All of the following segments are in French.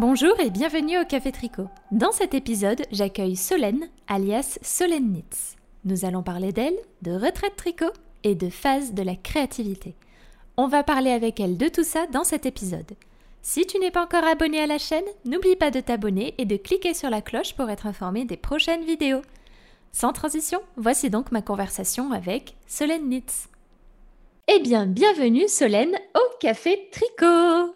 Bonjour et bienvenue au Café Tricot. Dans cet épisode, j'accueille Solène, alias Solène Knits. Nous allons parler d'elle, de retraite tricot et de phase de la créativité. On va parler avec elle de tout ça dans cet épisode. Si tu n'es pas encore abonné à la chaîne, n'oublie pas de t'abonner et de cliquer sur la cloche pour être informé des prochaines vidéos. Sans transition, voici donc ma conversation avec Solène Knits. Eh bien, bienvenue Solène au Café Tricot.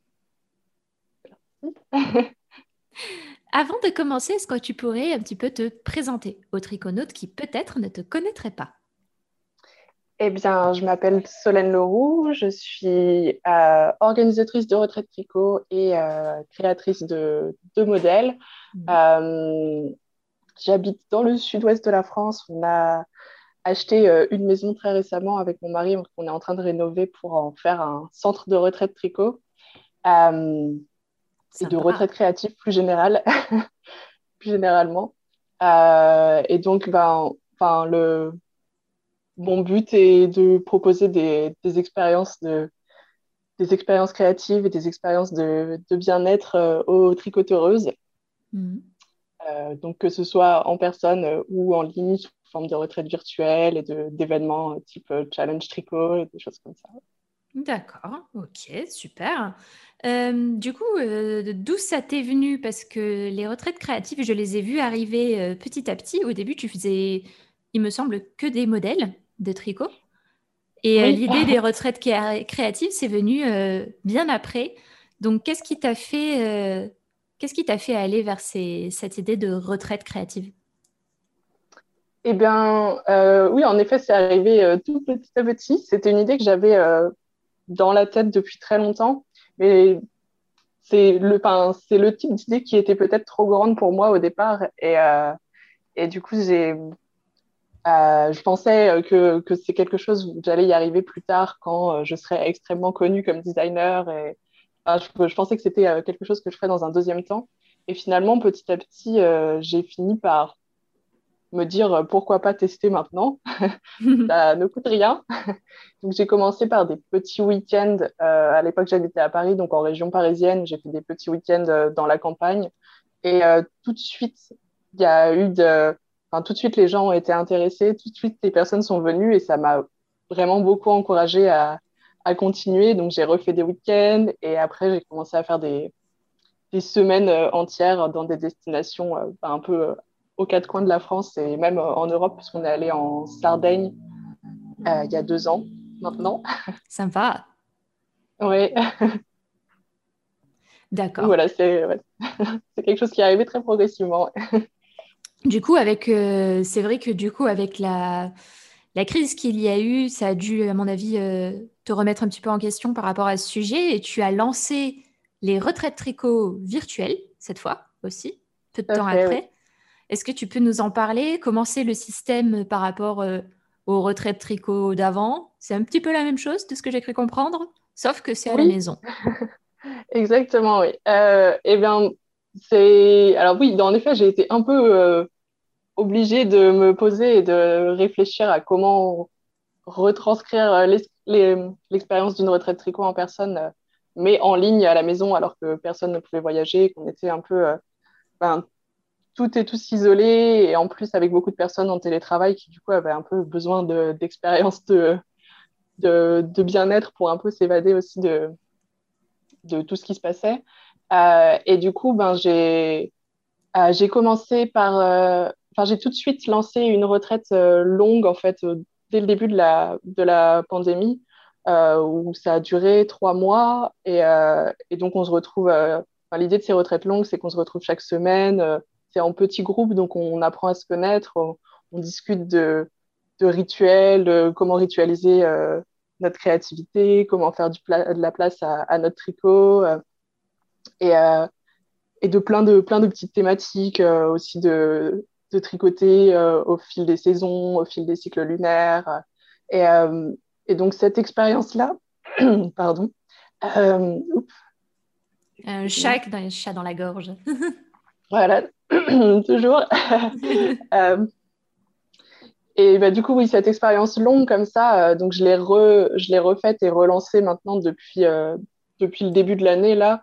Avant de commencer, est-ce que tu pourrais un petit peu te présenter aux triconautes qui peut-être ne te connaîtraient pas? Eh bien, je m'appelle Solène Leroux, je suis organisatrice de retraite tricot et créatrice de modèles. Euh, J'habite dans le sud-ouest de la France. On a acheté une maison très récemment avec mon mari qu'on est en train de rénover pour en faire un centre de retraite tricot euh, et de Sympa. retraite créative plus généralement. Et donc, mon but est de proposer des expériences des expériences créatives et des expériences de bien-être aux tricoteuses. Mhm. Donc, que ce soit en personne ou en ligne, sous forme de retraite virtuelle et d'événements type challenge tricot et des choses comme ça. D'accord, ok, super. D'où ça t'est venu? Parce que les retraites créatives, je les ai vues arriver petit à petit. Au début, tu faisais, il me semble, que des modèles de tricot. Et Oui, l'idée des retraites créatives, c'est venu bien après. Donc, qu'est-ce qui t'a fait aller vers cette idée de retraite créative? eh bien, oui, en effet, c'est arrivé tout petit à petit. C'était une idée que j'avais dans la tête depuis très longtemps, mais c'est le type d'idée qui était peut-être trop grande pour moi au départ. Et du coup, je pensais que c'est quelque chose où j'allais y arriver plus tard quand je serais extrêmement connue comme designer. Je pensais que c'était quelque chose que je ferais dans un deuxième temps. Et finalement, petit à petit, j'ai fini par me dire pourquoi pas tester maintenant. Ça ne coûte rien. Donc, j'ai commencé par des petits week-ends. À l'époque, j'habitais à Paris, donc en région parisienne. J'ai fait des petits week-ends dans la campagne. Et tout de suite, il y a eu de... Enfin, tout de suite, les gens ont été intéressés. Tout de suite, les personnes sont venues et ça m'a vraiment beaucoup encouragée à continuer. Donc, j'ai refait des week-ends et après, j'ai commencé à faire des semaines entières dans des destinations un peu aux quatre coins de la France et même en Europe, parce qu'on est allé en Sardaigne il y a 2 ans maintenant. Sympa. Oui, donc D'accord. voilà, ouais. C'est quelque chose qui est arrivé très progressivement. C'est vrai que du coup, avec la crise qu'il y a eu, ça a dû, à mon avis, te remettre un petit peu en question par rapport à ce sujet et tu as lancé les retraites tricot virtuelles, cette fois aussi, peu de Tout à temps fait, oui. après. Est-ce que tu peux nous en parler? Comment c'est le système par rapport aux retraites tricot d'avant? C'est un petit peu la même chose, de ce que j'ai cru comprendre, sauf que c'est à la Oui, maison. exactement, oui. Eh bien, Alors oui, en effet, j'ai été un peu obligée de me poser et de réfléchir à comment retranscrire l'expérience d'une retraite tricot en personne, mais en ligne à la maison, alors que personne ne pouvait voyager, qu'on était un peu ben, toutes et tous isolés, et en plus avec beaucoup de personnes en télétravail qui, du coup, avaient un peu besoin d'expérience de bien-être pour un peu s'évader aussi de tout ce qui se passait. Et du coup, j'ai commencé enfin, j'ai tout de suite lancé une retraite longue, en fait, dès le début de la pandémie, où ça a duré 3 mois. Et donc, on se retrouve. Enfin, l'idée de ces retraites longues, c'est qu'on se retrouve chaque semaine. C'est en petits groupes, donc on apprend à se connaître. On discute de rituels, de comment ritualiser notre créativité, comment faire de la place à notre tricot. Et, euh, et de plein de petites thématiques aussi de tricoter au fil des saisons, au fil des cycles lunaires. Et, euh, et donc cette expérience-là, pardon, oups, excusez-moi, Un chat dans la gorge. voilà, toujours. Euh, et bah, du coup, oui, cette expérience longue comme ça, donc je l'ai refaite et relancée maintenant depuis le début de l'année là,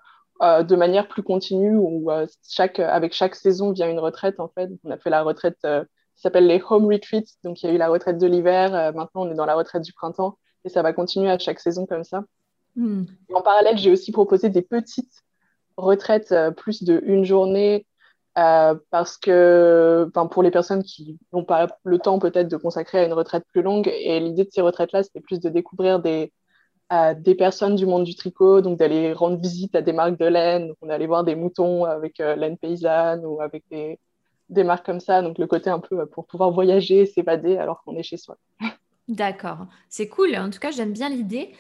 de manière plus continue, où avec chaque saison vient une retraite, en fait. On a fait la retraite qui s'appelle les Home Retreats. Donc, il y a eu la retraite de l'hiver. Maintenant, on est dans la retraite du printemps. Et ça va continuer à chaque saison comme ça. Hmm. Et en parallèle, j'ai aussi proposé des petites retraites plus de une journée parce que pour les personnes qui n'ont pas le temps peut-être de consacrer à une retraite plus longue. Et l'idée de ces retraites-là, c'était plus de découvrir des personnes du monde du tricot, donc d'aller rendre visite à des marques de laine. Donc, on allait voir des moutons avec laine paysanne ou avec des marques comme ça. Donc le côté un peu pour pouvoir voyager, s'évader alors qu'on est chez soi. D'accord, c'est cool. En tout cas, j'aime bien l'idée.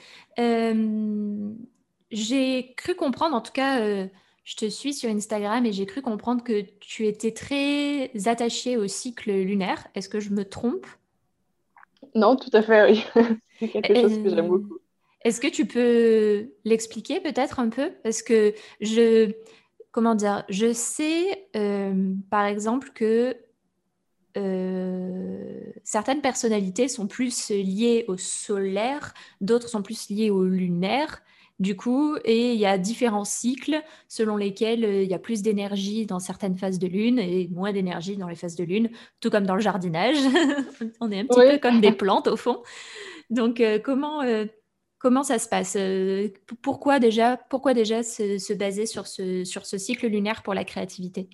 J'ai cru comprendre, en tout cas, je te suis sur Instagram et j'ai cru comprendre que tu étais très attachée au cycle lunaire. Est-ce que je me trompe? Non, tout à fait, oui. C'est quelque chose que j'aime Euh, beaucoup. Est-ce que tu peux l'expliquer peut-être un peu? Parce que comment dire, je sais, par exemple, que certaines personnalités sont plus liées au solaire, d'autres sont plus liées au lunaire. Du coup, et il y a différents cycles selon lesquels il y a plus d'énergie dans certaines phases de lune et moins d'énergie dans les phases de lune, tout comme dans le jardinage. On est un petit peu Oui, comme des plantes au fond. Donc, comment ça se passe? Pourquoi déjà se baser sur ce cycle lunaire pour la créativité?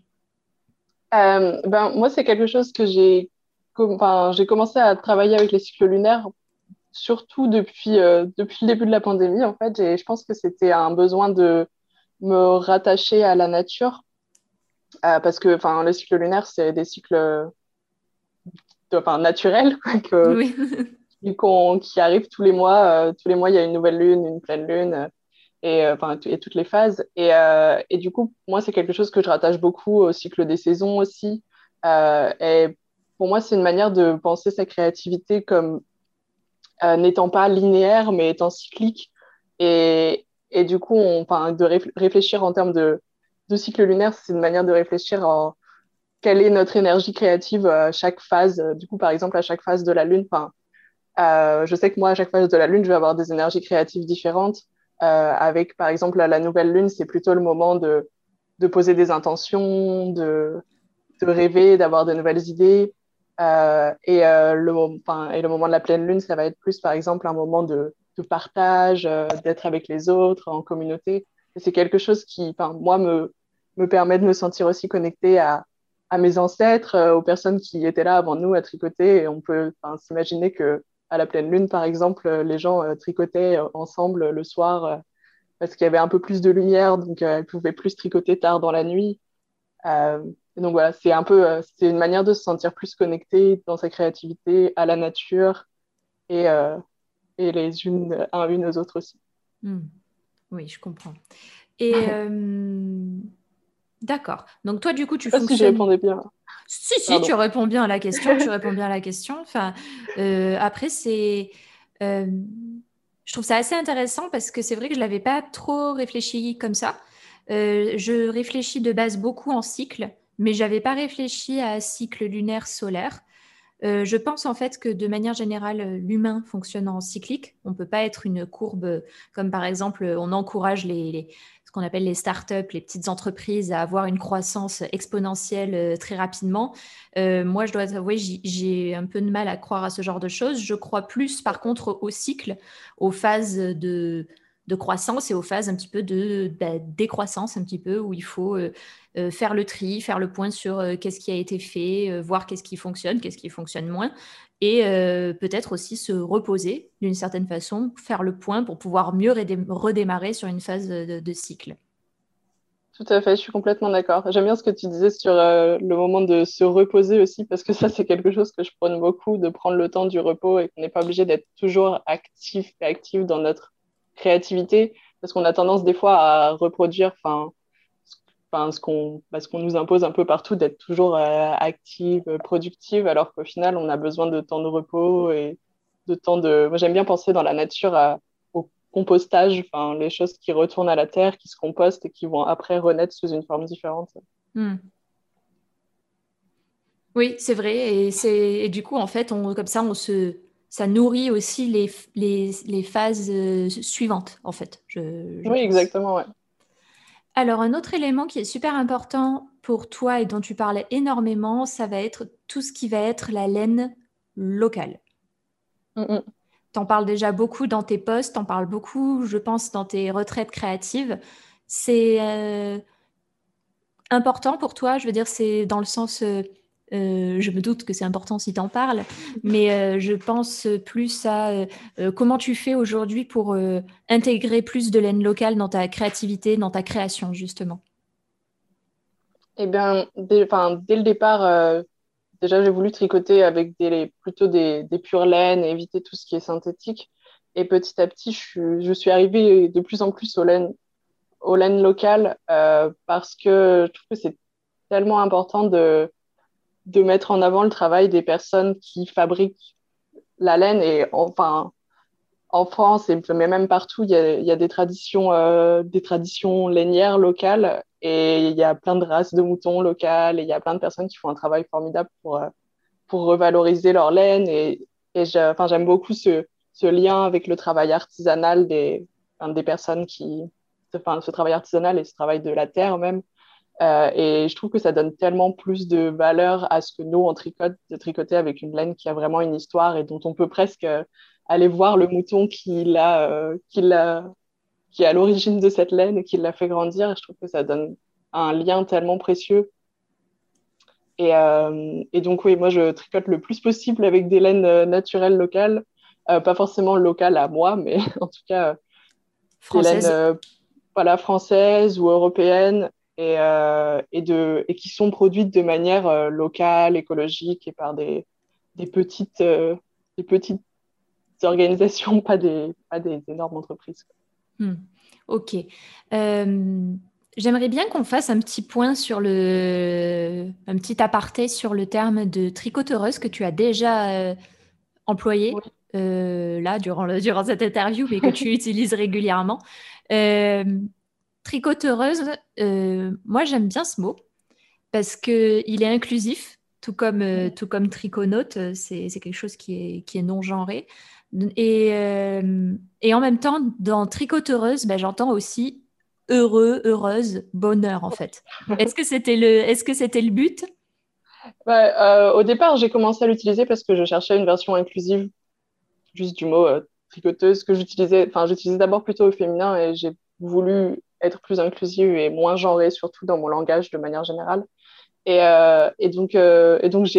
moi, c'est quelque chose que j'ai commencé à travailler avec les cycles lunaires, surtout depuis le début de la pandémie, en fait. Et je pense que c'était un besoin de me rattacher à la nature, parce que le cycle lunaire, c'est des cycles naturels, quoi, Oui. qui arrivent tous les mois. Tous les mois, il y a une nouvelle lune, une pleine lune, et toutes les phases. Et du coup, moi, c'est quelque chose que je rattache beaucoup au cycle des saisons aussi. Et pour moi, c'est une manière de penser sa créativité comme n'étant pas linéaire, mais étant cyclique. Et du coup, réfléchir en termes de cycle lunaire, c'est une manière de réfléchir en quelle est notre énergie créative à chaque phase. Du coup, par exemple, à chaque phase de la lune, je sais que moi, à chaque phase de la lune, je vais avoir des énergies créatives différentes. Avec, par exemple, la nouvelle lune, c'est plutôt le moment de poser des intentions, de rêver, d'avoir de nouvelles idées. Et le moment de la pleine lune, ça va être plus, par exemple, un moment de partage, d'être avec les autres, en communauté. Et c'est quelque chose qui, moi, me permet de me sentir aussi connectée à mes ancêtres, aux personnes qui étaient là avant nous à tricoter. Et on peut s'imaginer que à la pleine lune, par exemple, les gens tricotaient ensemble le soir parce qu'il y avait un peu plus de lumière, donc elles pouvaient plus tricoter tard dans la nuit. Euh, et donc voilà, c'est une manière de se sentir plus connecté dans sa créativité à la nature et et les unes aux autres aussi. Hmm. Oui, je comprends. Et d'accord. Donc toi, du coup, Je tu sais pas si je fonctionnes. répondais bien. Si, tu Pardon. réponds bien à la question. Tu réponds bien à la question. Enfin, après, euh, je trouve ça assez intéressant parce que c'est vrai que je l'avais pas trop réfléchi comme ça. Je réfléchis de base beaucoup en cycle, mais j'avais pas réfléchi à cycle lunaire solaire. Je pense en fait que de manière générale, l'humain fonctionne en cyclique. On ne peut pas être une courbe comme par exemple, on encourage ce qu'on appelle les startups, les petites entreprises à avoir une croissance exponentielle très rapidement. Moi, je dois avouer, j'ai un peu de mal à croire à ce genre de choses. Je crois plus par contre au cycle, aux phases de croissance et aux phases un petit peu de décroissance, un petit peu où il faut faire le tri, faire le point sur qu'est-ce qui a été fait, voir qu'est-ce qui fonctionne moins, et peut-être aussi se reposer d'une certaine façon, faire le point pour pouvoir mieux redémarrer sur une phase de cycle. Tout à fait, je suis complètement d'accord. J'aime bien ce que tu disais sur le moment de se reposer aussi, parce que ça, c'est quelque chose que je prône beaucoup, de prendre le temps du repos et qu'on n'est pas obligé d'être toujours actif et actif dans notre créativité, parce qu'on a tendance des fois à reproduire, ce qu'on nous impose un peu partout, d'être toujours active, productive, alors qu'au final, on a besoin de temps de repos et de temps de. Moi, j'aime bien penser dans la nature au compostage, les choses qui retournent à la terre, qui se compostent et qui vont après renaître sous une forme différente. Hmm. Oui, c'est vrai. Et du coup, en fait, comme ça, ça nourrit aussi les phases suivantes, en fait, je Oui, pense. exactement, ouais. Alors, un autre élément qui est super important pour toi et dont tu parlais énormément, ça va être tout ce qui va être la laine locale. Mm, T'en parles déjà beaucoup dans tes posts, t'en parles beaucoup, je pense, dans tes retraites créatives. C'est important pour toi, je veux dire, c'est dans le sens, je me doute que c'est important si t'en parles, mais je pense plus à comment tu fais aujourd'hui pour intégrer plus de laine locale dans ta créativité, dans ta création, justement. Eh bien, dès le départ, déjà, j'ai voulu tricoter avec plutôt des pures laines et éviter tout ce qui est synthétique. Et petit à petit, je suis arrivée de plus en plus aux laines locales parce que je trouve que c'est tellement important de mettre en avant le travail des personnes qui fabriquent la laine. Et enfin, en France, mais même partout, il y a des traditions lainières locales et il y a plein de races de moutons locales et il y a plein de personnes qui font un travail formidable pour revaloriser leur laine. Enfin, j'aime beaucoup ce lien avec le travail artisanal des personnes enfin, ce travail artisanal et ce travail de la terre même. Et je trouve que ça donne tellement plus de valeur à ce que nous, on tricote, de tricoter avec une laine qui a vraiment une histoire et dont on peut presque aller voir le mouton qui est à l'origine de cette laine et qui l'a fait grandir. Et je trouve que ça donne un lien tellement précieux. Et donc, oui, moi, je tricote le plus possible avec des laines naturelles locales. Pas forcément locales à moi, mais en tout cas, des laines Française. voilà, françaises ou européennes et qui sont produites de manière locale, écologique et par des petites organisations, pas des énormes entreprises. Hmm. Ok. Euh, J'aimerais bien qu'on fasse un petit point sur un petit aparté sur le terme de tricoteuse que tu as déjà employé Oui. là durant cette interview, mais que tu utilises régulièrement. Euh, Tricoteuse, moi j'aime bien ce mot parce que il est inclusif, tout comme triconaute, c'est quelque chose qui est non genré. Et en même temps, dans tricoteuse, ben, j'entends aussi heureux, heureuse, bonheur en fait. Est-ce que c'était le but? Ouais, au départ, j'ai commencé à l'utiliser parce que je cherchais une version inclusive juste du mot tricoteuse que j'utilisais d'abord plutôt au féminin et j'ai voulu être plus inclusive et moins genrée, surtout dans mon langage de manière générale. Et donc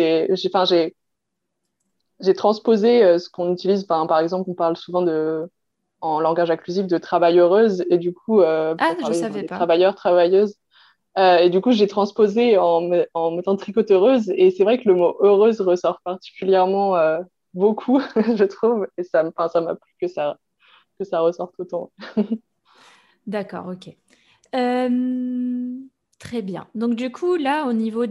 j'ai transposé ce qu'on utilise. Enfin, par exemple, on parle souvent en langage inclusif de travailleureuse et du coup, Ah, pour je parler savais des pas. travailleurs, travailleuses. Et du coup, j'ai transposé en mettant tricoteuse. Et c'est vrai que le mot heureuse ressort particulièrement beaucoup, je trouve. Et enfin, ça m'a plu que ça ressorte autant. D'accord, ok. Euh, Très bien. Donc du coup, là, au niveau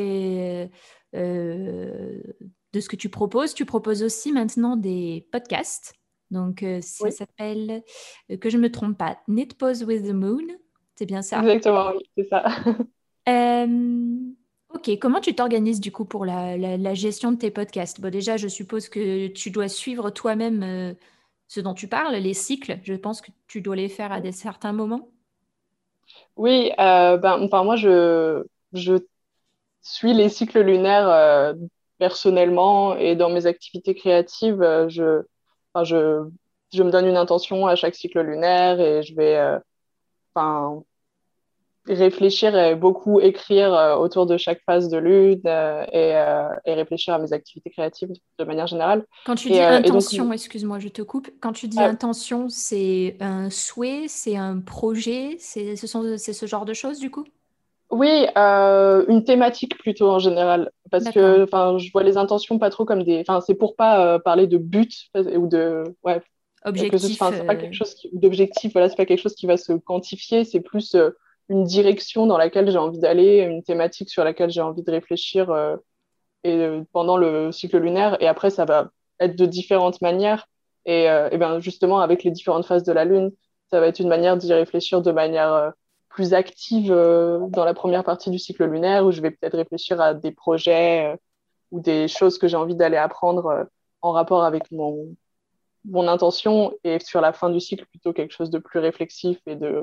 euh, de ce que tu proposes aussi maintenant des podcasts. Donc ça Oui, s'appelle, que je ne me trompe pas, Knit Pose with the Moon. C'est bien ça? exactement, oui, c'est ça. Euh, ok, comment tu t'organises du coup pour la gestion de tes podcasts? Bon, déjà, je suppose que tu dois suivre toi-même ce dont tu parles, les cycles. Je pense que tu dois les faire à des certains moments. Oui, enfin, moi, je suis les cycles lunaires personnellement et dans mes activités créatives, enfin, je me donne une intention à chaque cycle lunaire et je vais enfin, réfléchir et beaucoup écrire autour de chaque phase de lune et réfléchir à mes activités créatives de manière générale. Quand tu dis Et donc, intention, excuse-moi, je te coupe. Quand tu dis euh, intention, c'est un souhait, c'est un projet, c'est ce genre de choses du coup? oui, une thématique plutôt en général, parce D'accord. que enfin, je vois les intentions pas trop comme enfin, c'est pour pas parler de but ou ouais, Objectif. c'est pas quelque chose d'objectif, voilà, c'est pas quelque chose qui va se quantifier, c'est plus une direction dans laquelle j'ai envie d'aller, une thématique sur laquelle j'ai envie de réfléchir pendant le cycle lunaire, et après ça va être de différentes manières, et ben justement avec les différentes phases de la lune, ça va être une manière d'y réfléchir de manière plus active dans la première partie du cycle lunaire, où je vais peut-être réfléchir à des projets ou des choses que j'ai envie d'aller apprendre en rapport avec mon intention, et sur la fin du cycle, plutôt quelque chose de plus réflexif et de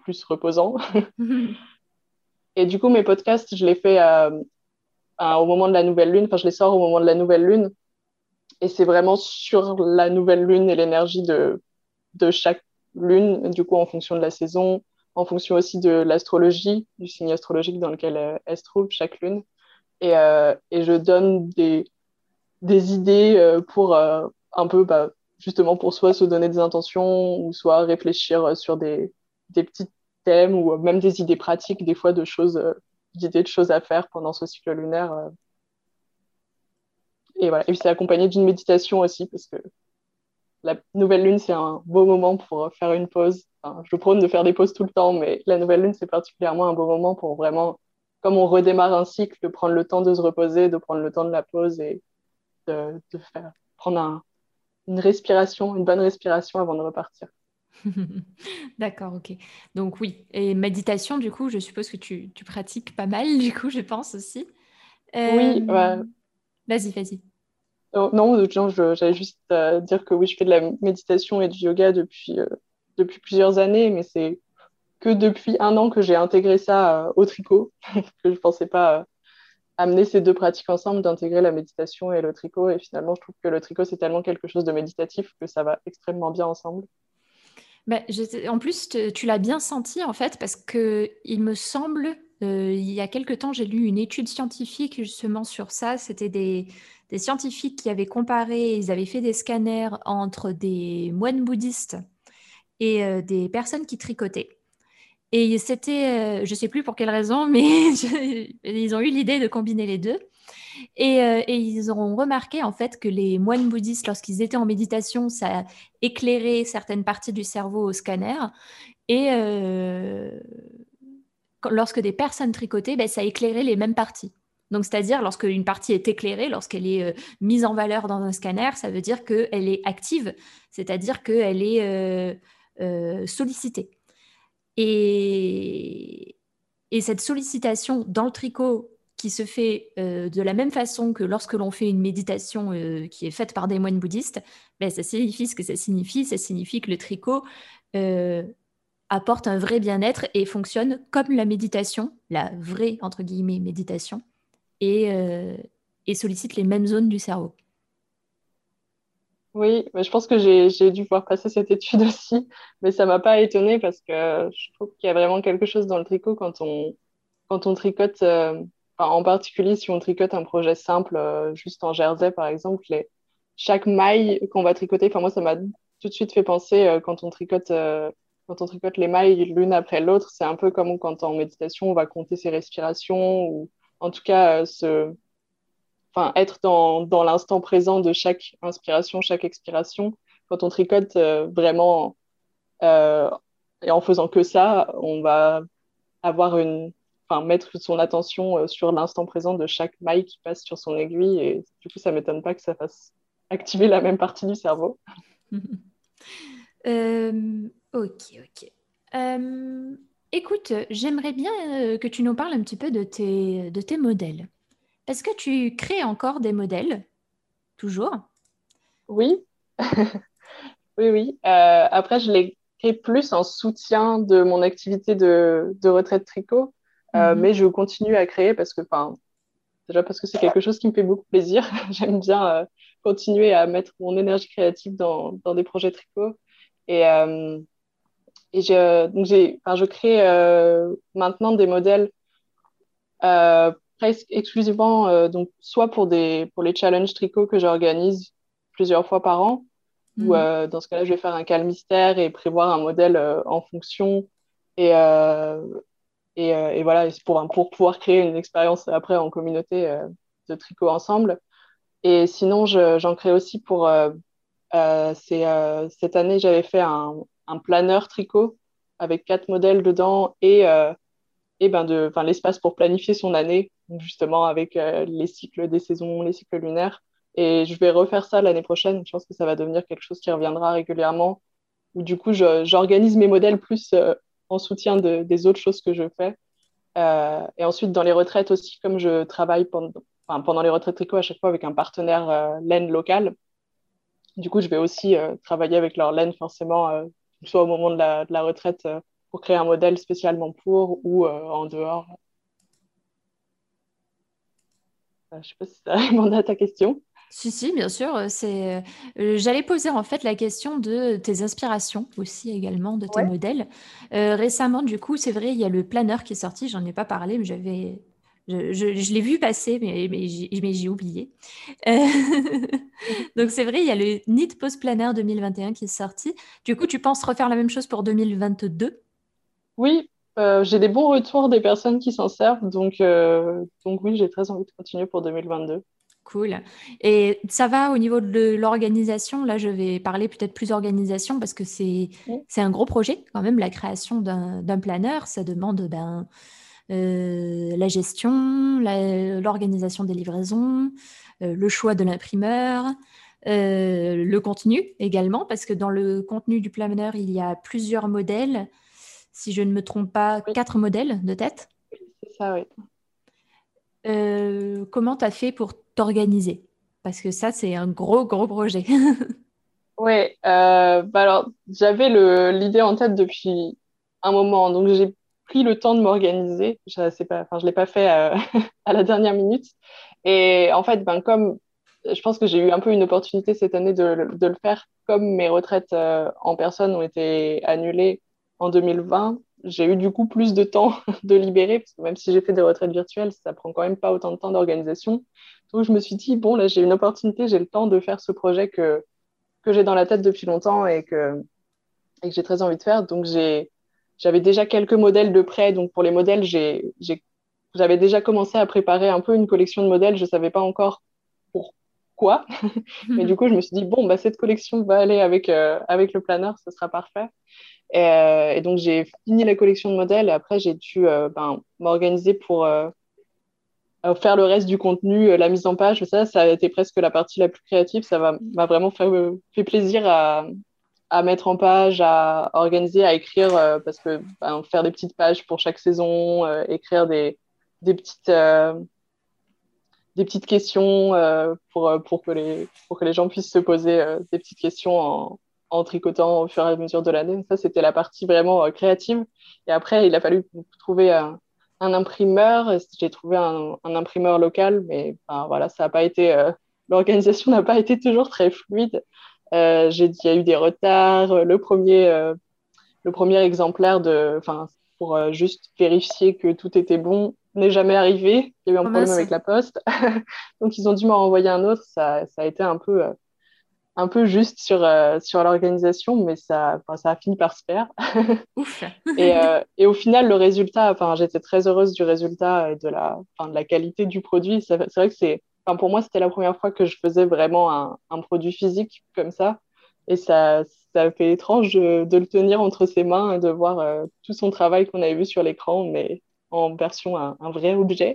plus reposant. Et du coup, mes podcasts, je les fais au moment de la nouvelle lune. Enfin, je les sors au moment de la nouvelle lune. Et c'est vraiment sur la nouvelle lune et l'énergie de chaque lune, du coup, en fonction de la saison, en fonction aussi de l'astrologie, du signe astrologique dans lequel elle se trouve, chaque lune. Et je donne des idées pour un peu, justement, pour soit se donner des intentions ou soit réfléchir sur des petits thèmes ou même des idées pratiques, des fois, d'idées de choses à faire pendant ce cycle lunaire. Et voilà. Et puis, c'est accompagné d'une méditation aussi, parce que la nouvelle lune, c'est un beau moment pour faire une pause. Enfin, je prône de faire des pauses tout le temps, mais la nouvelle lune, c'est particulièrement un beau moment pour vraiment, comme on redémarre un cycle, de prendre le temps de se reposer, de prendre le temps de la pause et de prendre une respiration, une bonne respiration avant de repartir. D'accord, ok. Donc oui, et méditation, du coup, je suppose que tu pratiques pas mal, du coup, je pense aussi. Oui, Vas-y, vas-y. non, j'allais juste dire que oui, je fais de la méditation et du yoga depuis plusieurs années, mais c'est que depuis un an que j'ai intégré ça au tricot, que je ne pensais pas amener ces deux pratiques ensemble, d'intégrer la méditation et le tricot. Et finalement, je trouve que le tricot, c'est tellement quelque chose de méditatif que ça va extrêmement bien ensemble. En plus, tu l'as bien senti en fait, parce que il me semble, il y a quelque temps, j'ai lu une étude scientifique justement sur ça. C'était des scientifiques qui avaient comparé, ils avaient fait des scanners entre des moines bouddhistes et des personnes qui tricotaient. Et c'était, je sais plus pour quelle raison, mais ils ont eu l'idée de combiner les deux. Et ils ont remarqué en fait que les moines bouddhistes, lorsqu'ils étaient en méditation, ça éclairait certaines parties du cerveau au scanner. Et lorsque des personnes tricotaient, ben, ça éclairait les mêmes parties. Donc, c'est-à-dire, lorsque une partie est éclairée, lorsqu'elle est mise en valeur dans un scanner, ça veut dire qu'elle est active, c'est-à-dire qu'elle est sollicitée. Et, et cette sollicitation dans le tricot qui se fait de la même façon que lorsque l'on fait une méditation qui est faite par des moines bouddhistes, ben, ça signifie ce que ça signifie. Ça signifie que le tricot euh, apporte un vrai bien-être et fonctionne comme la méditation, la vraie, entre guillemets, méditation, et, euh, et sollicite les mêmes zones du cerveau. Oui, mais je pense que j'ai dû voir passer cette étude aussi, mais ça m'a pas étonnée parce que je trouve qu'il y a vraiment quelque chose dans le tricot quand on tricote, enfin, en particulier si on tricote un projet simple, juste en jersey par exemple, chaque maille qu'on va tricoter, enfin moi ça m'a tout de suite fait penser quand on tricote les mailles l'une après l'autre, c'est un peu comme quand en méditation on va compter ses respirations ou en tout cas enfin, être dans l'instant présent de chaque inspiration, chaque expiration. Quand on tricote vraiment euh, et en faisant que ça, on va avoir enfin, mettre son attention sur l'instant présent de chaque maille qui passe sur son aiguille. Et du coup, ça m'étonne pas que ça fasse activer la même partie du cerveau. Ok, ok. Euh, Écoute, j'aimerais bien que tu nous parles un petit peu de tes modèles. Est-ce que tu crées encore des modèles, toujours? Oui, oui, oui. Après, je l'ai créé plus en soutien de mon activité de retraite tricot, Mhm. mais je continue à créer parce que, enfin, déjà parce que c'est quelque chose qui me fait beaucoup plaisir. J'aime bien continuer à mettre mon énergie créative dans des projets tricot. Et, enfin, je crée maintenant des modèles presque exclusivement, donc, soit pour les challenges tricot que j'organise plusieurs fois par an, ou Mhm. dans ce cas-là, je vais faire un cal mystère et prévoir un modèle en fonction. Et, et voilà, et c'est pour pouvoir créer une expérience après en communauté de tricot ensemble. Et sinon, j'en crée aussi pour. Cette année, j'avais fait un planeur tricot avec 4 modèles dedans et enfin, l'espace pour planifier son année, donc justement avec les cycles des saisons, les cycles lunaires. Et je vais refaire ça l'année prochaine. Je pense que ça va devenir quelque chose qui reviendra régulièrement, où du coup, j'organise mes modèles plus en soutien des autres choses que je fais. Et ensuite, dans les retraites aussi, comme je travaille enfin, pendant les retraites tricot à chaque fois avec un partenaire laine local, du coup, je vais aussi travailler avec leur laine forcément, soit au moment de la retraite pour créer un modèle spécialement pour ou en dehors. Je ne sais pas si ça répond à ta question. Si, bien sûr. J'allais poser en fait la question de tes inspirations aussi également, de tes Ouais. modèles. Récemment, du coup, c'est vrai, il y a le planeur qui est sorti. J'en ai pas parlé, mais je l'ai vu passer, mais j'ai oublié. Euh, Donc c'est vrai, il y a le Knit Pose Planner 2021 qui est sorti. Du coup, tu penses refaire la même chose pour 2022? Oui, j'ai des bons retours des personnes qui s'en servent, donc oui, j'ai très envie de continuer pour 2022. Cool. Et ça va au niveau de l'organisation? Là, je vais parler peut-être plus organisation parce que Mm. c'est un gros projet quand même, la création d'un planeur. Ça demande la gestion, l'organisation des livraisons, le choix de l'imprimeur, le contenu également, parce que dans le contenu du planeur, il y a plusieurs modèles. Si je ne me trompe pas, Oui, 4 modèles de tête. c'est ça, oui. Comment tu as fait pour t'organiser? Parce que ça, c'est un gros, gros projet. Ouais, bah alors j'avais l'idée en tête depuis un moment, donc j'ai pris le temps de m'organiser. C'est pas, enfin, je l'ai pas fait à la dernière minute. Et en fait, ben comme je pense que j'ai eu un peu une opportunité cette année de le faire, comme mes retraites en personne ont été annulées en 2020, j'ai eu du coup plus de temps de libérer, parce que même si j'ai fait des retraites virtuelles, ça prend quand même pas autant de temps d'organisation. Donc je me suis dit, bon, là j'ai une opportunité, j'ai le temps de faire ce projet que j'ai dans la tête depuis longtemps et que j'ai très envie de faire. Donc, j'avais déjà quelques modèles de prêt. Donc, pour les modèles, j'avais déjà commencé à préparer un peu une collection de modèles. Je ne savais pas encore pourquoi. Mais du coup, je me suis dit, bon, bah, cette collection va aller avec le planeur, ce sera parfait. Et donc, j'ai fini la collection de modèles et après, j'ai dû m'organiser pour faire le reste du contenu, la mise en page. Ça a été presque la partie la plus créative. M'a vraiment fait plaisir à mettre en page, à organiser, à écrire, parce que faire des petites pages pour chaque saison, écrire des des petites questions pour que les gens puissent se poser des petites questions en tricotant au fur et à mesure de l'année. Ça, c'était la partie vraiment créative. Et après, il a fallu trouver un imprimeur. J'ai trouvé un imprimeur local, mais voilà, ça n'a pas été, l'organisation n'a pas été toujours très fluide. Il y a eu des retards. Le premier exemplaire pour juste vérifier que tout était bon n'est jamais arrivé. Il y a eu un Oh problème mince. avec la poste. Donc, ils ont dû m'en renvoyer un autre. Ça a été un peu juste sur l'organisation, mais ça a fini par se faire. Ouf. Et au final, le résultat, j'étais très heureuse du résultat et de la qualité du produit. C'est vrai que pour moi, c'était la première fois que je faisais vraiment un produit physique comme ça. Et ça fait étrange de le tenir entre ses mains et de voir tout son travail qu'on avait vu sur l'écran, mais en version un vrai objet.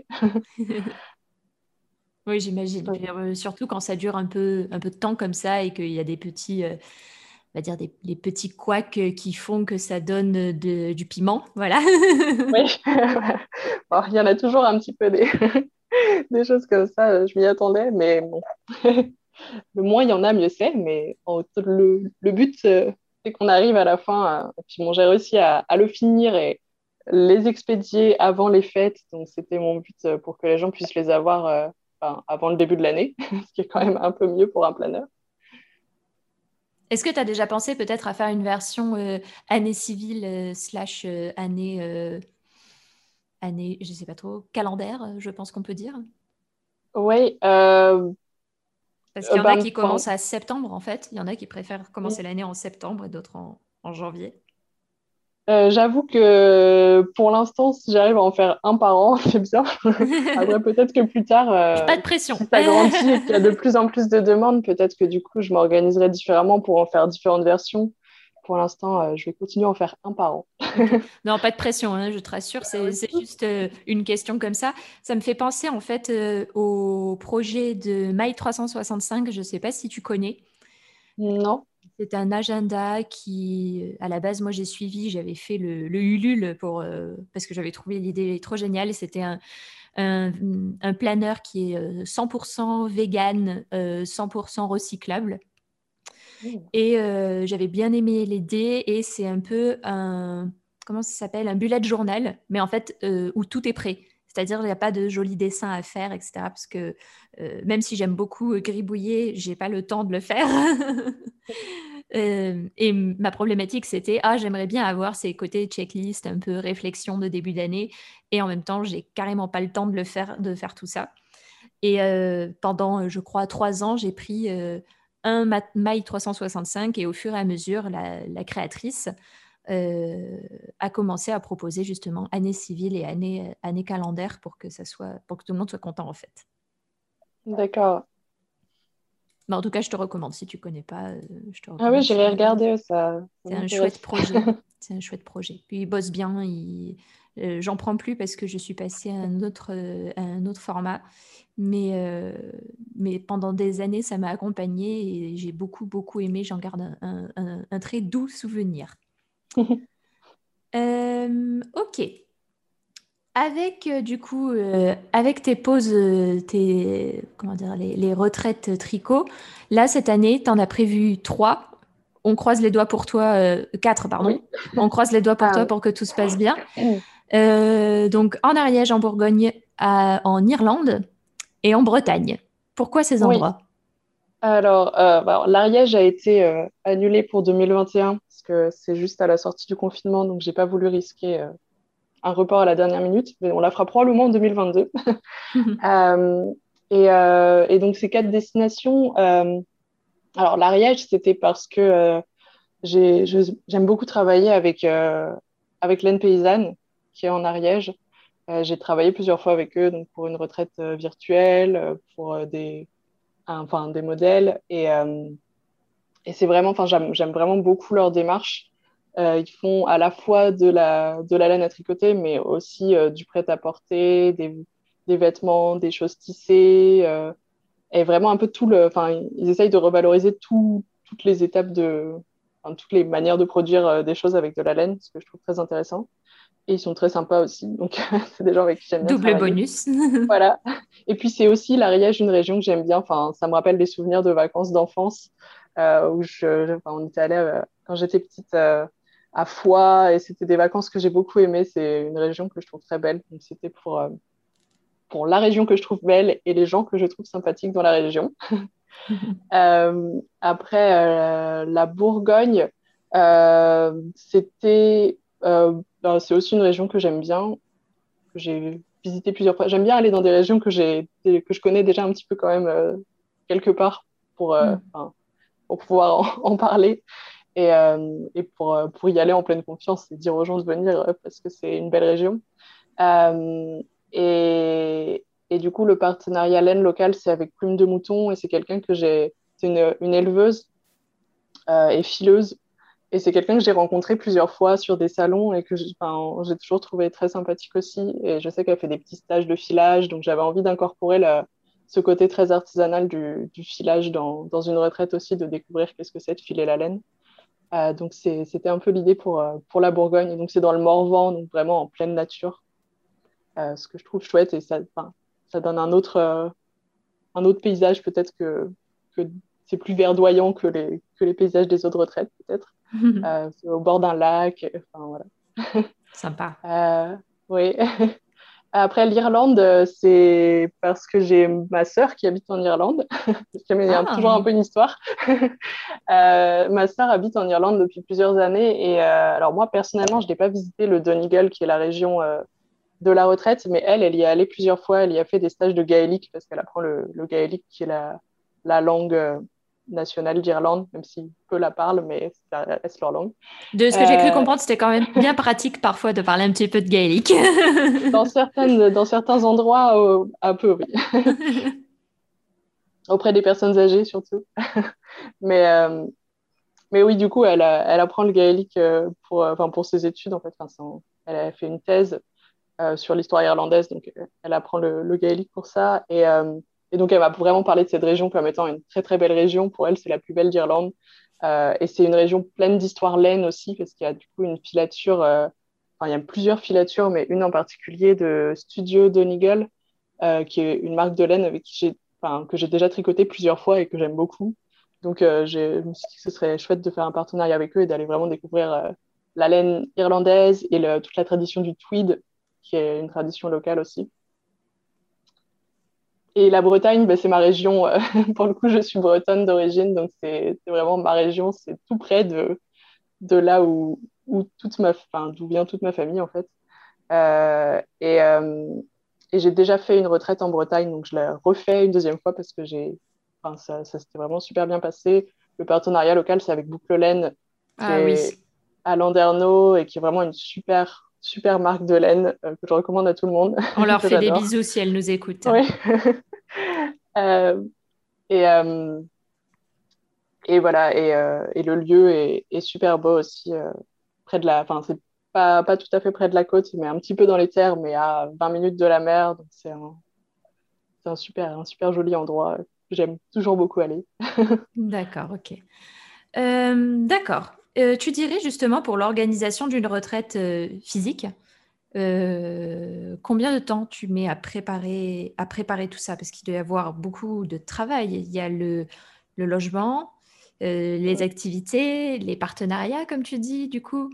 Oui, j'imagine. Ouais. Puis, surtout quand ça dure un peu de temps comme ça et qu'il y a des petits, on va dire les petits couacs qui font que ça donne du piment. Voilà. Oui. Bon, il y en a toujours un petit peu des choses comme ça. Je m'y attendais, mais bon. Le moins il y en a, mieux c'est. Mais le but, c'est qu'on arrive à la fin. Et puis bon, j'ai réussi à le finir et les expédier avant les fêtes. Donc c'était mon but pour que les gens puissent les avoir avant le début de l'année, ce qui est quand même un peu mieux pour un planeur. Est-ce que tu as déjà pensé peut-être à faire une version année civile slash année, je sais pas trop, calendaire, je pense qu'on peut dire? Oui, Parce qu'il y en a qui enfin, commencent à septembre, en fait. Il y en a qui préfèrent commencer l'année en septembre et d'autres en janvier. j'avoue que pour l'instant, si j'arrive à en faire un par an, c'est bien. Après, peut-être que plus tard, Pas de pression. si ça grandit et qu'il y a de plus en plus de demandes, peut-être que du coup, je m'organiserai différemment pour en faire différentes versions. Pour l'instant, je vais continuer à en faire un par an. Ok. Non, pas de pression, hein, je te rassure, c'est juste une question comme ça. Ça me fait penser en fait au projet de Mail 365, je ne sais pas si tu connais. Non. C'est un agenda qui, à la base, moi j'ai suivi, j'avais fait le Ulule parce que j'avais trouvé l'idée trop géniale. C'était un, un planeur qui est 100% vegan, 100% recyclable. Mm. Et j'avais bien aimé l'idée et c'est un peu comment ça s'appelle, un bullet journal, mais en fait, où tout est prêt. C'est-à-dire, il n'y a pas de jolis dessins à faire, etc. Parce que même si j'aime beaucoup gribouiller, je n'ai pas le temps de le faire. Et ma problématique, c'était, j'aimerais bien avoir ces côtés checklist, un peu réflexion de début d'année. Et en même temps, j'ai carrément pas le temps de faire tout ça. Et pendant, je crois, 3 ans, j'ai pris un Mail 365 et au fur et à mesure, la créatrice a commencé à proposer justement année civile et année calendaire pour que tout le monde soit content en fait. D'accord. En tout cas, je te recommande. Si tu connais pas, je te Ah oui, recommande. j'irai regarder, ça C'est un m'intéresse. chouette projet. C'est un chouette projet. Puis il bosse bien. J'en prends plus parce que je suis passée à un autre format. Mais pendant des années, ça m'a accompagnée et j'ai beaucoup, beaucoup aimé. J'en garde un très doux souvenir. Ok. Avec du coup, avec tes pauses, comment dire, les retraites tricot, là cette année, tu en as prévu 3. On croise les doigts pour toi, 4, pardon. Oui. On croise les doigts pour toi pour que tout se passe bien. Donc en Ariège, en Bourgogne, en Irlande et en Bretagne. Pourquoi ces Oui. endroits? Alors, l'Ariège a été annulé pour 2021 parce que c'est juste à la sortie du confinement, donc j'ai pas voulu risquer un report à la dernière minute, mais on la fera probablement en 2022. Euh, et donc ces 4 destinations, alors l'Ariège, c'était parce que j'aime beaucoup travailler avec l'Aine Paysanne, qui est en Ariège. J'ai travaillé plusieurs fois avec eux, donc pour une retraite virtuelle, pour des modèles. Et c'est vraiment, enfin, j'aime vraiment beaucoup leur démarche. Ils font à la fois de la laine à tricoter, mais aussi du prêt-à-porter, des vêtements, des choses tissées, et vraiment un peu enfin, ils essayent de revaloriser toutes les étapes enfin, toutes les manières de produire des choses avec de la laine, ce que je trouve très intéressant. Et ils sont très sympas aussi, donc c'est des gens avec qui j'aime bien Double travailler. bonus. Voilà. Et puis c'est aussi l'Ariège, une région que j'aime bien. Enfin, ça me rappelle des souvenirs de vacances d'enfance où enfin, on était allé quand j'étais petite à Foix et c'était des vacances que j'ai beaucoup aimées. C'est une région que je trouve très belle. Donc c'était pour la région que je trouve belle et les gens que je trouve sympathiques dans la région. Après, la Bourgogne, c'est aussi une région que j'aime bien, que j'ai visité plusieurs fois. J'aime bien aller dans des régions que je connais déjà un petit peu quand même quelque part enfin, pour pouvoir en parler et pour y aller en pleine confiance et dire aux gens de venir parce que c'est une belle région. Euh, et du coup, le partenariat laine local, c'est avec Plume de Mouton et c'est quelqu'un que c'est une éleveuse et fileuse. Et c'est quelqu'un que j'ai rencontré plusieurs fois sur des salons et que enfin, j'ai toujours trouvé très sympathique aussi. Et je sais qu'elle fait des petits stages de filage, donc j'avais envie d'incorporer ce côté très artisanal du filage dans une retraite aussi, de découvrir qu'est-ce que c'est de filer la laine. Donc c'était un peu l'idée pour la Bourgogne. Et donc c'est dans le Morvan, donc vraiment en pleine nature, ce que je trouve chouette et enfin, ça donne un autre paysage peut-être que c'est plus verdoyant que les paysages des autres retraites peut-être. C'est au bord d'un lac. Enfin, voilà. Sympa. Oui. Après, l'Irlande, c'est parce que j'ai ma sœur qui habite en Irlande. Il y a toujours un Ah. peu une histoire. Ma sœur habite en Irlande depuis plusieurs années. Et alors, moi, personnellement, je n'ai pas visité le Donegal, qui est la région de la retraite, mais elle y est allée plusieurs fois. Elle y a fait des stages de gaélique parce qu'elle apprend le gaélique, qui est la langue nationale d'Irlande, même si peu la parlent, mais ça reste leur langue. De ce que j'ai cru comprendre, c'était quand même bien pratique parfois de parler un petit peu de gaélique. Dans certains endroits, un peu, oui. Auprès des personnes âgées, surtout. Mais, euh, mais oui, du coup, elle apprend le gaélique enfin, pour ses études, en fait. Enfin, elle a fait une thèse sur l'histoire irlandaise, donc elle apprend le gaélique pour ça. Et donc, elle m'a vraiment parlé de cette région comme étant une très, très belle région. Pour elle, c'est la plus belle d'Irlande. Et c'est une région pleine d'histoire laine aussi, parce qu'il y a du coup une filature, enfin, il y a plusieurs filatures, mais une en particulier de Studio Donegal, qui est une marque de laine avec enfin, que j'ai déjà tricoté plusieurs fois et que j'aime beaucoup. Donc, je me suis dit que ce serait chouette de faire un partenariat avec eux et d'aller vraiment découvrir la laine irlandaise et toute la tradition du tweed, qui est une tradition locale aussi. Et la Bretagne, c'est ma région. Pour le coup, je suis bretonne d'origine, donc c'est vraiment ma région. C'est tout près de là d'où vient toute ma famille, en fait. Euh, et, euh, et j'ai déjà fait une retraite en Bretagne, donc je l'ai refait une deuxième fois parce que ça s'était vraiment super bien passé. Le partenariat local, c'est avec Boucle Laine, qui Ah oui, est à Landerneau et qui est vraiment une super, super marque de laine que je recommande à tout le monde, on leur que fait des j'adore. bisous si elles nous écoutent. Oui. Euh, et, euh, et voilà, et le lieu est super beau aussi, près de enfin, c'est pas tout à fait près de la côte, mais un petit peu dans les terres, mais à 20 minutes de la mer. Donc c'est un super joli endroit. J'aime toujours beaucoup aller. D'accord, ok. D'accord. Tu dirais justement pour l'organisation d'une retraite physique, combien de temps tu mets à préparer tout ça? Parce qu'il doit y avoir beaucoup de travail. Il y a le logement, les activités, les partenariats, comme tu dis, du coup.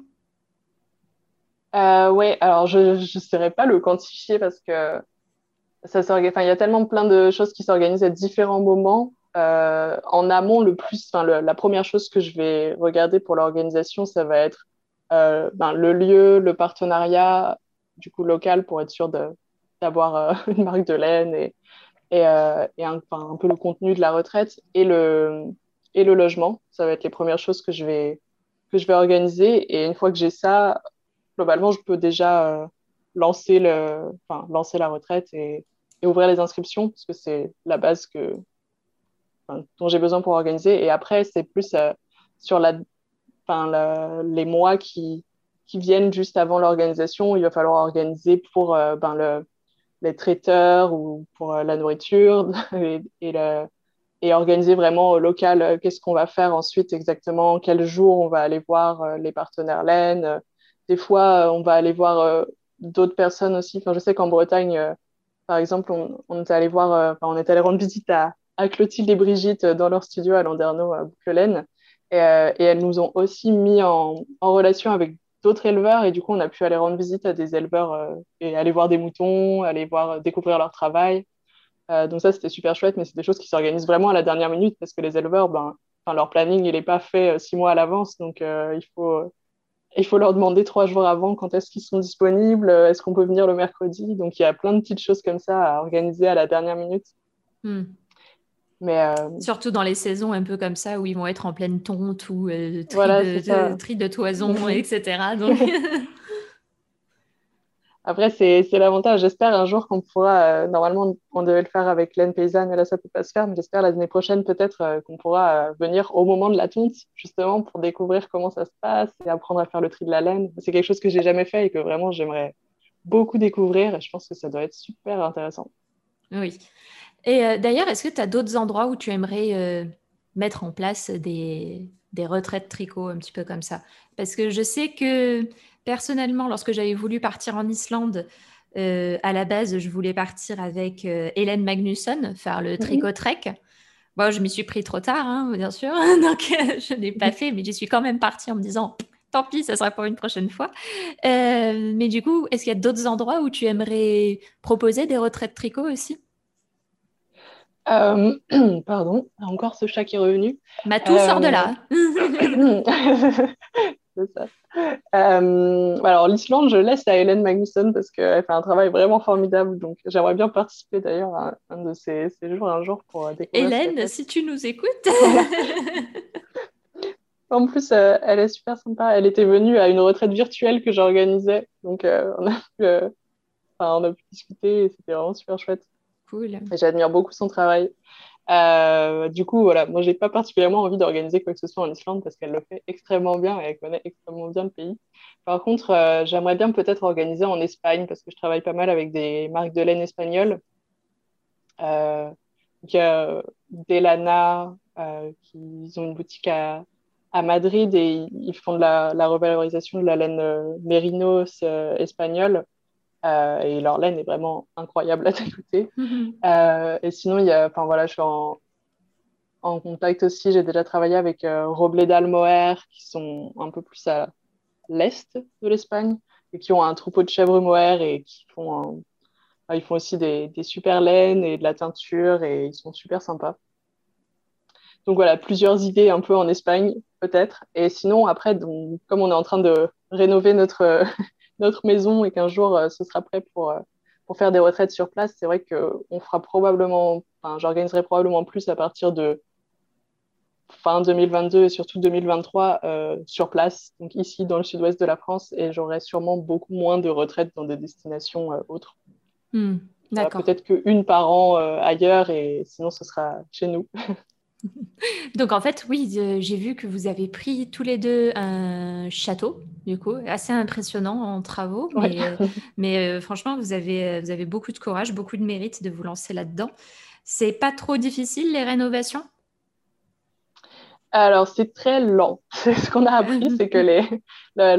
Ouais, alors je ne saurais pas le quantifier parce que enfin, il y a tellement plein de choses qui s'organisent à différents moments. En amont, la première chose que je vais regarder pour l'organisation, ça va être le lieu, le partenariat du coup local pour être sûr d'avoir une marque de laine enfin, un peu le contenu de la retraite et le logement. Ça va être les premières choses que je vais organiser. Et une fois que j'ai ça, globalement, je peux déjà lancer la retraite et ouvrir les inscriptions, parce que c'est la base dont j'ai besoin pour organiser. Et après, c'est plus sur les mois qui viennent juste avant l'organisation. Il va falloir organiser pour les traiteurs ou pour la nourriture et organiser vraiment au local qu'est-ce qu'on va faire ensuite exactement, quel jour on va aller voir les partenaires laine. Des fois, on va aller voir d'autres personnes aussi. Enfin, je sais qu'en Bretagne, par exemple, on est allé on est allé rendre visite à Clotilde et Brigitte dans leur studio à Landerneau, à Boucle-Laine. Et elles nous ont aussi mis en relation avec d'autres éleveurs. Et du coup, on a pu aller rendre visite à des éleveurs et aller voir des moutons, aller découvrir leur travail. Donc ça, c'était super chouette, mais c'est des choses qui s'organisent vraiment à la dernière minute parce que les éleveurs, leur planning, il n'est pas fait 6 mois à l'avance. Donc il faut leur demander 3 jours avant quand est-ce qu'ils sont disponibles, est-ce qu'on peut venir le mercredi. Donc il y a plein de petites choses comme ça à organiser à la dernière minute. Hmm. Mais Surtout dans les saisons un peu comme ça où ils vont être en pleine tonte ou voilà, c'est ça. tri de toison, Mhm. etc. Donc, Après, c'est l'avantage. J'espère un jour qu'on pourra, normalement, on devait le faire avec laine paysanne, mais là, ça peut pas se faire. Mais j'espère l'année prochaine, peut-être, qu'on pourra venir au moment de la tonte, justement, pour découvrir comment ça se passe et apprendre à faire le tri de la laine. C'est quelque chose que j'ai jamais fait et que vraiment, j'aimerais beaucoup découvrir. Et je pense que ça doit être super intéressant. oui. Et d'ailleurs, est-ce que tu as d'autres endroits où tu aimerais mettre en place des retraites tricot un petit peu comme ça? Parce que je sais que personnellement, lorsque j'avais voulu partir en Islande, à la base, je voulais partir avec Hélène Magnusson, faire le Mhm. tricot trek. Bon, je m'y suis pris trop tard, hein, bien sûr, donc je n'ai pas fait, mais j'y suis quand même partie en me disant, tant pis, ça sera pour une prochaine fois. Mais du coup, est-ce qu'il y a d'autres endroits où tu aimerais proposer des retraites tricot aussi? Euh, Pardon, encore ce chat qui est revenu. Matou sort de Euh, là. C'est ça. Alors, l'Islande, je laisse à Hélène Magnusson parce qu'elle fait un travail vraiment formidable. Donc, j'aimerais bien participer d'ailleurs à un de ces jours un jour pour découvrir ce qu'elle Hélène, fait. si tu nous écoutes. Voilà. En plus, elle est super sympa. Elle était venue à une retraite virtuelle que j'organisais. Donc, on a pu discuter et c'était vraiment super chouette. Cool. Et j'admire beaucoup son travail. Du coup, voilà, moi, j'ai pas particulièrement envie d'organiser quoi que ce soit en Islande parce qu'elle le fait extrêmement bien et elle connaît extrêmement bien le pays. Par contre, j'aimerais bien peut-être organiser en Espagne parce que je travaille pas mal avec des marques de laine espagnoles. Euh, il y a Delana, qui ils ont une boutique à Madrid et ils font de la revalorisation de la laine mérinos espagnole. Et leur laine est vraiment incroyable à écouter. Et sinon, enfin voilà, je suis en contact aussi. J'ai déjà travaillé avec Robledal Moher, qui sont un peu plus à l'est de l'Espagne et qui ont un troupeau de chèvres mohair et ils font aussi des super laines et de la teinture et ils sont super sympas. Donc voilà, plusieurs idées un peu en Espagne, peut-être. Et sinon, après, donc, comme on est en train de rénover notre maison et qu'un jour ce sera prêt pour faire des retraites sur place, c'est vrai qu'on fera probablement, enfin, j'organiserai probablement plus à partir de fin 2022 et surtout 2023 sur place, donc ici dans le sud-ouest de la France, et j'aurai sûrement beaucoup moins de retraites dans des destinations autres. Voilà, D'accord. peut-être qu'une par an ailleurs, et sinon ce sera chez nous. Donc en fait, oui, j'ai vu que vous avez pris tous les deux un château, du coup, assez impressionnant en travaux, Ouais. mais franchement, vous avez beaucoup de courage, beaucoup de mérite de vous lancer là-dedans. C'est pas trop difficile, les rénovations? Alors, c'est très lent. Ce qu'on a appris, c'est que la,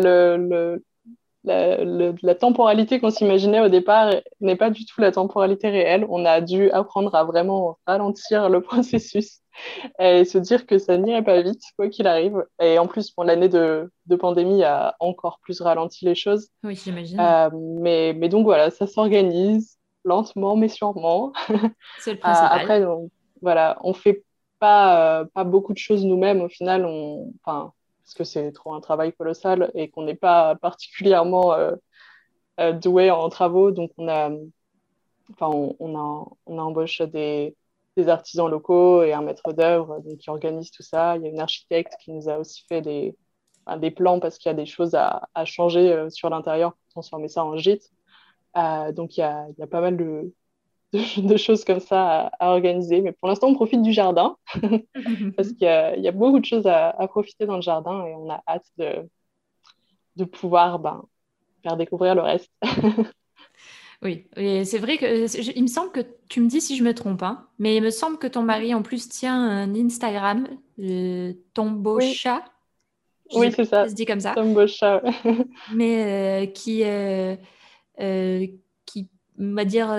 la temporalité qu'on s'imaginait au départ n'est pas du tout la temporalité réelle. On a dû apprendre à vraiment ralentir le processus et se dire que ça n'irait pas vite, quoi qu'il arrive. Et en plus, bon, l'année de pandémie a encore plus ralenti les choses. Oui, j'imagine. Mais donc voilà, ça s'organise lentement mais sûrement. C'est le principal. Après, voilà, on fait pas beaucoup de choses nous-mêmes au final, enfin, parce que c'est trop un travail colossal et qu'on n'est pas particulièrement doué en travaux. Donc, enfin, on a embauché des artisans locaux et un maître d'œuvre donc, qui organise tout ça. Il y a une architecte qui nous a aussi fait enfin, des plans parce qu'il y a des choses à changer sur l'intérieur pour transformer ça en gîte. Donc, il y a pas mal de choses comme ça à organiser. Mais pour l'instant, on profite du jardin parce qu'il y a beaucoup de choses à profiter dans le jardin et on a hâte de pouvoir faire découvrir le reste. Oui, et c'est vrai que il me semble que tu me dis si je me trompe, hein, mais il me semble que ton mari en plus tient un Instagram, Tombeau Oui, Chat, je sais oui, pas c'est si ça ça. se dit comme ça, Tom Bocha. mais euh, qui, on va dire,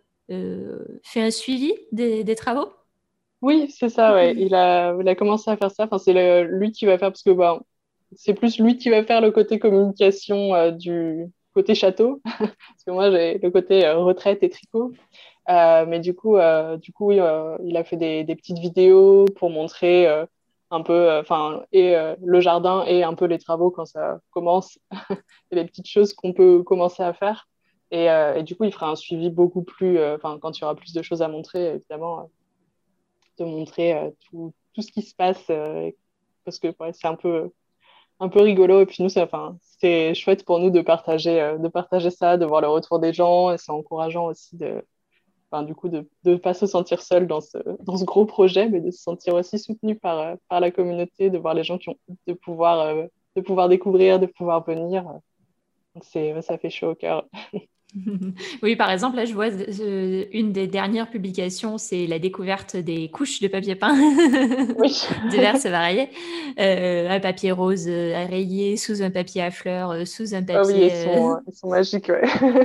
fait un suivi des travaux. Oui, c'est ça, ouais. Il a commencé à faire ça. Enfin, c'est lui qui va faire, parce que c'est plus lui qui va faire le côté communication du côté château, parce que moi, j'ai le côté retraite et tricot. Mais du coup, oui, il a fait des petites vidéos pour montrer un peu, enfin, et le jardin et un peu les travaux quand ça commence, et les petites choses qu'on peut commencer à faire. Et du coup, il fera un suivi beaucoup plus, enfin, quand il y aura plus de choses à montrer, évidemment, de montrer tout ce qui se passe, parce que ouais, c'est un peu rigolo. Et puis nous, enfin, c'est chouette pour nous de partager ça, de voir le retour des gens, et c'est encourageant aussi enfin, du coup, de ne pas se sentir seul dans ce gros projet, mais de se sentir aussi soutenu par la communauté, de voir les gens qui ont hâte de pouvoir découvrir, de pouvoir venir. Donc ça fait chaud au cœur. Oui, par exemple, là, je vois une des dernières publications, c'est la découverte des couches de papier peint Oui. diverses et variées. Un papier rose rayé sous un papier à fleurs, sous un Ah oui, papier. ils sont magiques, ouais.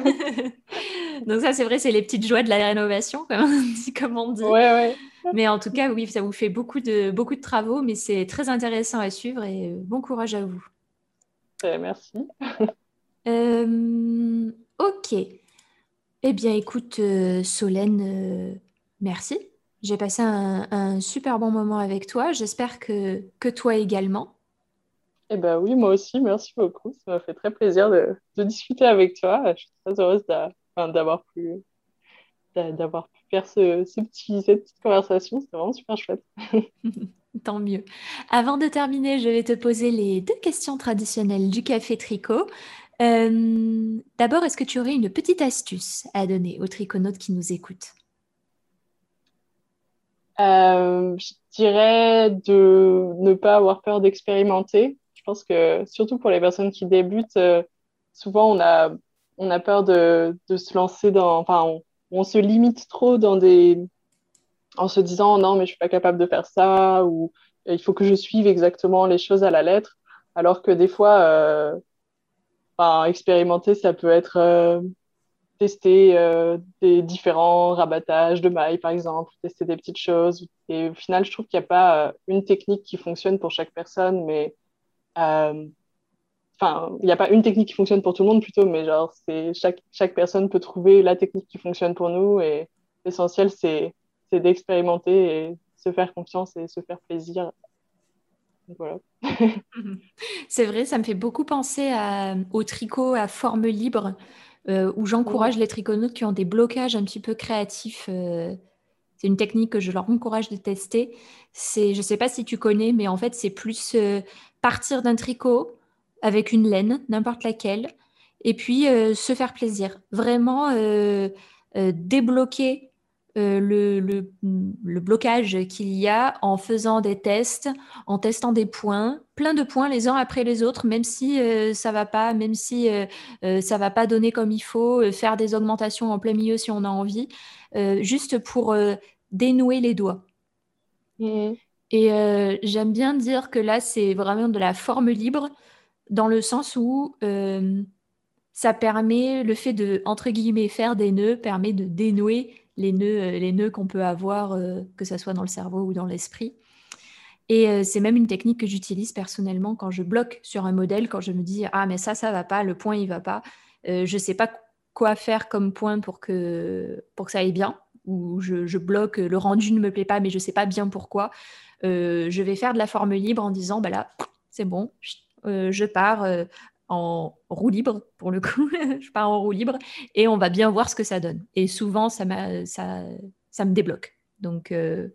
Donc ça, c'est vrai, c'est les petites joies de la rénovation, comme on dit. Ouais, ouais. Mais en tout cas, oui, ça vous fait beaucoup de travaux, mais c'est très intéressant à suivre et bon courage à vous. Merci. Ok. Eh bien, écoute, Solène, merci. J'ai passé un super bon moment avec toi. J'espère que toi également. Eh ben oui, moi aussi, merci beaucoup. Ça m'a fait très plaisir de discuter avec toi. Je suis très heureuse enfin, d'avoir pu faire cette petite conversation. C'était vraiment super chouette. Tant mieux. Avant de terminer, je vais te poser les deux questions traditionnelles du café tricot. D'abord, est-ce que tu aurais une petite astuce à donner aux triconautes qui nous écoutent? Je dirais de ne pas avoir peur d'expérimenter. Je pense que surtout pour les personnes qui débutent, souvent on a peur de se lancer enfin, on se limite trop en se disant non, mais je suis pas capable de faire ça ou il faut que je suive exactement les choses à la lettre. Alors que des fois, enfin, expérimenter, ça peut être tester des différents rabattages de mailles, par exemple, tester des petites choses. Et au final, je trouve qu'il n'y a pas une technique qui fonctionne pour chaque personne, mais euh, enfin, il n'y a pas une technique qui fonctionne pour tout le monde plutôt, mais genre, chaque personne peut trouver la technique qui fonctionne pour nous et l'essentiel, c'est d'expérimenter et se faire confiance et se faire plaisir. Donc, voilà. C'est vrai, ça me fait beaucoup penser au tricot à forme libre, où Mm. j'encourage les triconautes qui ont des blocages un petit peu créatifs. C'est une technique que je leur encourage de tester. Je ne sais pas si tu connais, mais en fait, c'est plus partir d'un tricot avec une laine, n'importe laquelle, et puis se faire plaisir. Vraiment débloquer le blocage qu'il y a en faisant des tests, en testant des points, plein de points les uns après les autres, même si ça va pas, même si ça va pas donner comme il faut, faire des augmentations en plein milieu si on a envie, juste pour dénouer les doigts. Mm. Et j'aime bien dire que là, c'est vraiment de la forme libre, dans le sens où ça permet, le fait de, entre guillemets, faire des nœuds, permet de dénouer les nœuds qu'on peut avoir, que ce soit dans le cerveau ou dans l'esprit. Et c'est même une technique que j'utilise personnellement quand je bloque sur un modèle, quand je me dis, ah, mais ça va pas, le point, il va pas. Je sais pas quoi faire comme point pour que ça aille bien, ou je bloque, le rendu ne me plaît pas, mais je sais pas bien pourquoi. Je vais faire de la forme libre en disant, bah là, c'est bon, je pars en roue libre, pour le coup, je pars en roue libre, et on va bien voir ce que ça donne. Et souvent, ça me débloque. Donc,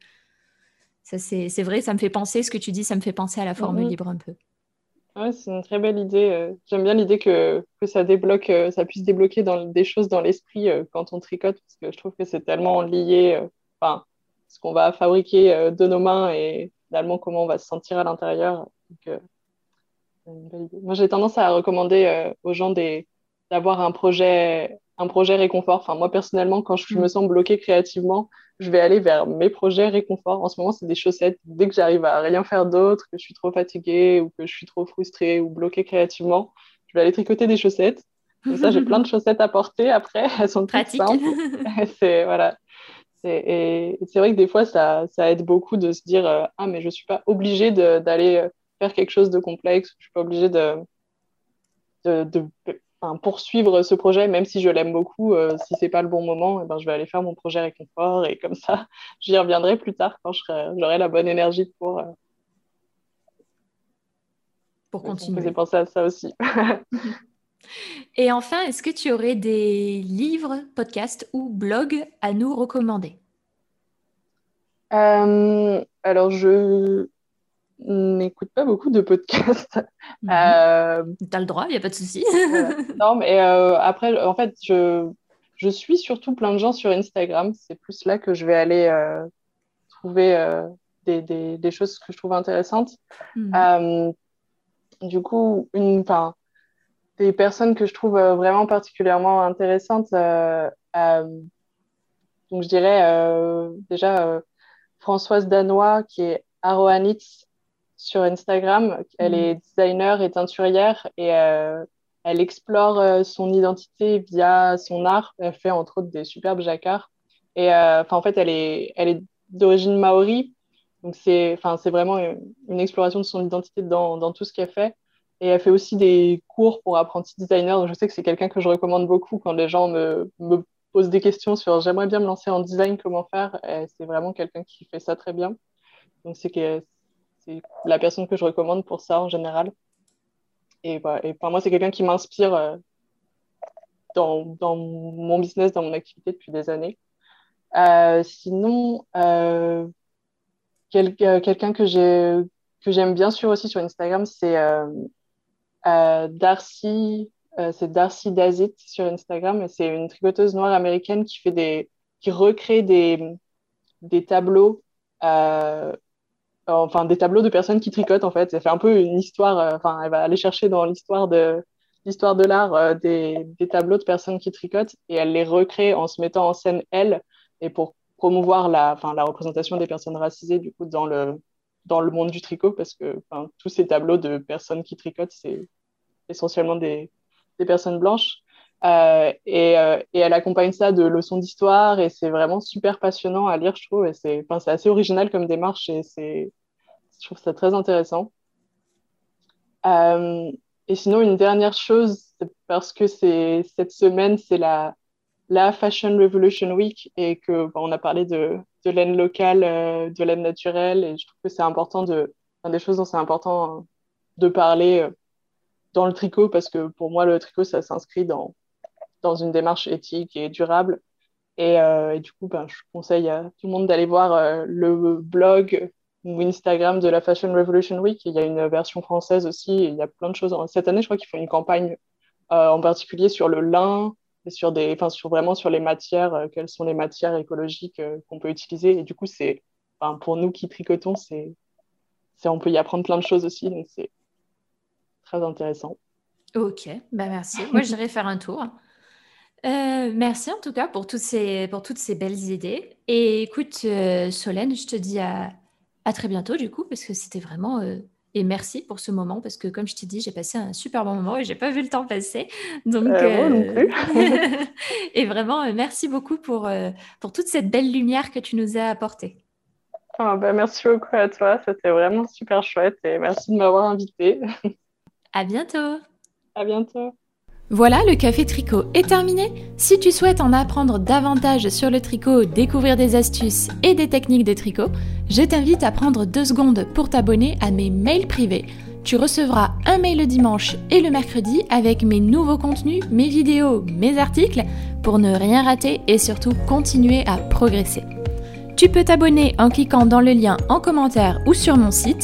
ça, c'est vrai, ça me fait penser, ce que tu dis, ça me fait penser à la forme Mm. libre un peu. Ouais, c'est une très belle idée. J'aime bien l'idée que ça débloque, ça puisse débloquer des choses dans l'esprit quand on tricote, parce que je trouve que c'est tellement lié, enfin, ce qu'on va fabriquer de nos mains et finalement comment on va se sentir à l'intérieur. Donc, c'est une belle idée. Moi, j'ai tendance à recommander aux gens d'avoir un projet réconfort. Enfin, moi, personnellement, quand je me Mm. sens bloquée créativement, je vais aller vers mes projets réconfort. En ce moment, c'est des chaussettes. Dès que j'arrive à rien faire d'autre, que je suis trop fatiguée ou que je suis trop frustrée ou bloquée créativement, je vais aller tricoter des chaussettes. Comme ça, j'ai plein de chaussettes à porter après. Elles sont toutes Pratique. simples. Voilà. Et c'est vrai que des fois, ça aide beaucoup de se dire ah, mais je suis pas obligée d'aller faire quelque chose de complexe. Je suis pas obligée de enfin, poursuivre ce projet, même si je l'aime beaucoup. Si c'est pas le bon moment, eh ben, je vais aller faire mon projet réconfort et comme ça, j'y reviendrai plus tard quand j'aurai la bonne énergie pour. Pour Ça me faisait continuer. penser à ça aussi. Et enfin, est-ce que tu aurais des livres, podcasts ou blogs à nous recommander? Alors, je n'écoute pas beaucoup de podcasts. Mhm. Euh, T'as le droit, il n'y a pas de souci. Voilà. Non, mais après, en fait, je suis surtout plein de gens sur Instagram. C'est plus là que je vais aller trouver des choses que je trouve intéressantes. Mhm. Euh, du coup, enfin, des personnes que je trouve vraiment particulièrement intéressantes. Donc, je dirais déjà Françoise Danois, qui est Arohanits sur Instagram. Elle Mhm. est designer et teinturière et elle explore son identité via son art. Elle fait entre autres des superbes jacquards. Et enfin, en fait, elle est d'origine maori. Donc, enfin, c'est vraiment une exploration de son identité dans tout ce qu'elle fait. Et elle fait aussi des cours pour apprentis designers. Donc, je sais que c'est quelqu'un que je recommande beaucoup quand les gens me posent des questions sur j'aimerais bien me lancer en design, comment faire. Et c'est vraiment quelqu'un qui fait ça très bien. Donc, c'est la personne que je recommande pour ça en général. Et, voilà. Et pour moi, c'est quelqu'un qui m'inspire dans mon business, dans mon activité depuis des années. Sinon, quelqu'un que j'aime bien sûr aussi sur Instagram, c'est Darcy. C'est Darcy Dazit sur Instagram. Et c'est une tricoteuse noire américaine qui recrée des tableaux enfin des tableaux de personnes qui tricotent en fait. Elle fait un peu une histoire, enfin elle va aller chercher dans l'histoire de l'art des tableaux de personnes qui tricotent et elle les recrée en se mettant en scène elle et pour promouvoir enfin, la représentation des personnes racisées du coup dans le monde du tricot parce que enfin, tous ces tableaux de personnes qui tricotent c'est essentiellement des personnes blanches. Et elle accompagne ça de leçons d'histoire et c'est vraiment super passionnant à lire, je trouve. Et enfin, c'est assez original comme démarche et je trouve ça très intéressant. Euh, Et sinon, une dernière chose, c'est parce que cette semaine, c'est la Fashion Revolution Week et que on a parlé de laine locale, de laine naturelle, et je trouve que c'est important des choses dont c'est important de parler dans le tricot, parce que pour moi, le tricot, ça s'inscrit dans une démarche éthique et durable. Et du coup, je conseille à tout le monde d'aller voir le blog ou Instagram de la Fashion Revolution Week. Il y a une version française aussi. Et il y a plein de choses. Cette année, je crois qu'ils font une campagne en particulier sur le lin et vraiment sur les matières. Quelles sont les matières écologiques qu'on peut utiliser. Et du coup, pour nous qui tricotons, on peut y apprendre plein de choses aussi. Donc, c'est très intéressant. Ok, merci. Moi, j'irai faire un tour. Merci en tout cas pour toutes ces belles idées. Et écoute, Solène, je te dis à très bientôt du coup, parce que c'était vraiment... Et merci pour ce moment, parce que comme je t'ai dit, j'ai passé un super bon moment et j'ai pas vu le temps passer. Donc, Moi non plus. Et vraiment, merci beaucoup pour toute cette belle lumière que tu nous as apportée. Merci beaucoup à toi, c'était vraiment super chouette et merci de m'avoir invitée. À bientôt. À bientôt. Voilà, le café tricot est terminé. Si tu souhaites en apprendre davantage sur le tricot, découvrir des astuces et des techniques de tricot, je t'invite à prendre 2 secondes pour t'abonner à mes mails privés. Tu recevras un mail le dimanche et le mercredi avec mes nouveaux contenus, mes vidéos, mes articles, pour ne rien rater et surtout continuer à progresser. Tu peux t'abonner en cliquant dans le lien en commentaire ou sur mon site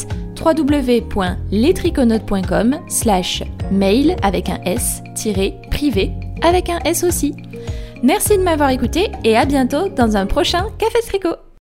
www.lestriconautes.com/mail avec un S-privé avec un S aussi. Merci de m'avoir écouté et à bientôt dans un prochain Café Tricot.